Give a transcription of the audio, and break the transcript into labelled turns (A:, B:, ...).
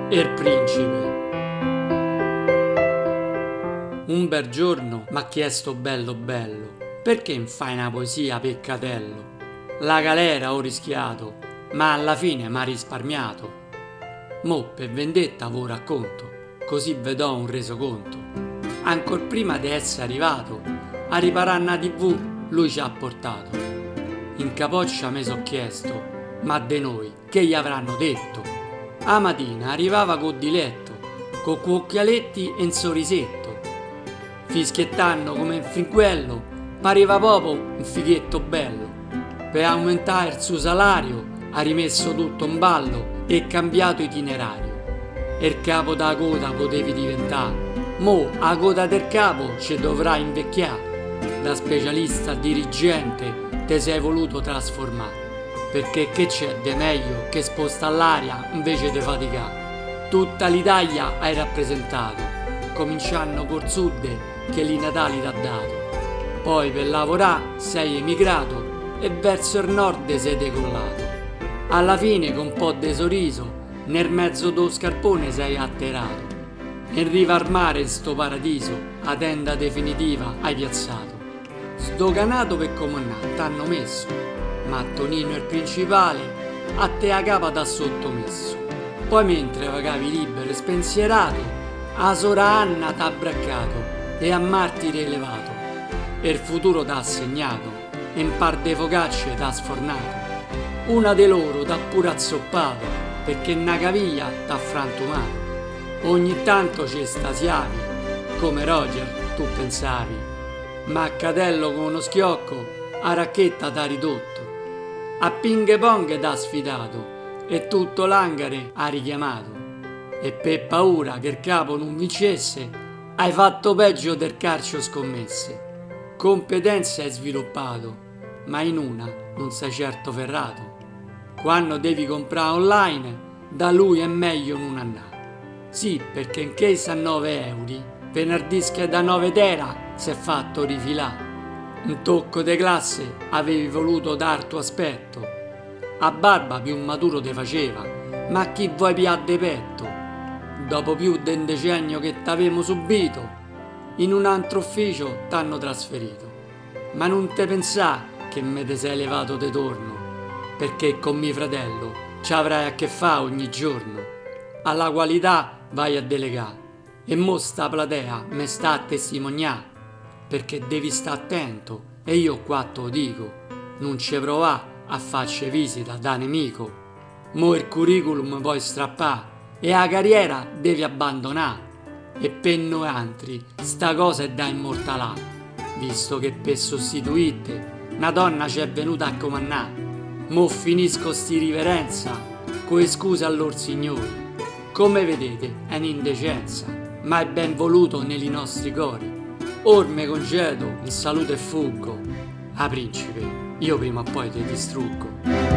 A: Er principe. Un bel giorno m'ha chiesto bello bello: perché non fai una poesia, peccatello? La galera ho rischiato, ma alla fine m'ha risparmiato. Mo per vendetta vo racconto, così vedò un resoconto. Ancor prima di essere arrivato a riparare una TV, lui ci ha portato. In capoccia mi so chiesto: ma de noi che gli avranno detto? A mattina arrivava con diletto, con occhialetti e un sorrisetto, fischiettando come un fringuello, pareva proprio un fighetto bello. Per aumentare il suo salario ha rimesso tutto in ballo e cambiato itinerario. Il capo da coda potevi diventare, mo a coda del capo ci dovrai invecchiare. Da specialista a dirigente te sei voluto trasformare, perché che c'è di meglio che sposta all'aria invece di faticare? Tutta l'Italia hai rappresentato, cominciando col sud che li Natali t'ha dato. Poi per lavorare sei emigrato e verso il nord sei decollato. Alla fine con un po' di sorriso nel mezzo do scarpone sei atterrato. In riva al mare in sto paradiso a tenda definitiva hai piazzato. Sdoganato per comandare t'hanno messo, ma Tonino il principale a te a capa t'ha sottomesso. Poi mentre vagavi libero e spensierato, a sora Anna t'ha abbraccato e a martire elevato. E il futuro t'ha assegnato e in par de focacce t'ha sfornato. Una de loro t'ha pure azzoppato, perché una caviglia t'ha frantumato. Ogni tanto ci estasiavi, come Roger tu pensavi, ma a Catello con uno schiocco a racchetta t'ha ridotto. A ping pong t'ha sfidato e tutto l'angare ha richiamato. E per paura che il capo non vincesse hai fatto peggio del calcio scommesse. Competenze hai sviluppato, ma in una non sei certo ferrato. Quando devi comprare online, da lui è meglio non andare. Sì, perché in case a 9 euro, venerdì che da 9 tera si è fatto rifilare. Un tocco di classe avevi voluto dar tuo aspetto. A barba più maturo te faceva, ma chi vuoi pià de petto? Dopo più di un decennio che t'avemo subito, in un altro ufficio t'hanno trasferito. Ma non te pensà che me te sei levato de torno, perché con mio fratello ci avrai a che fare ogni giorno. Alla qualità vai a delegare e mo sta platea me sta a testimoniare, perché devi sta attento e io qua te lo dico, non ci provà a farci visita da nemico. Mo il curriculum puoi strappare e la carriera devi abbandonare. E per noi altri sta cosa è da immortalare, visto che per sostituirte una donna ci è venuta a comandare. Mo finisco sti riverenza coi scuse a lor signori. Come vedete è un'indecenza, ma è ben voluto nei nostri cori. Or me congedo in salute e fuggo. Ah principe, io prima o poi ti distruggo.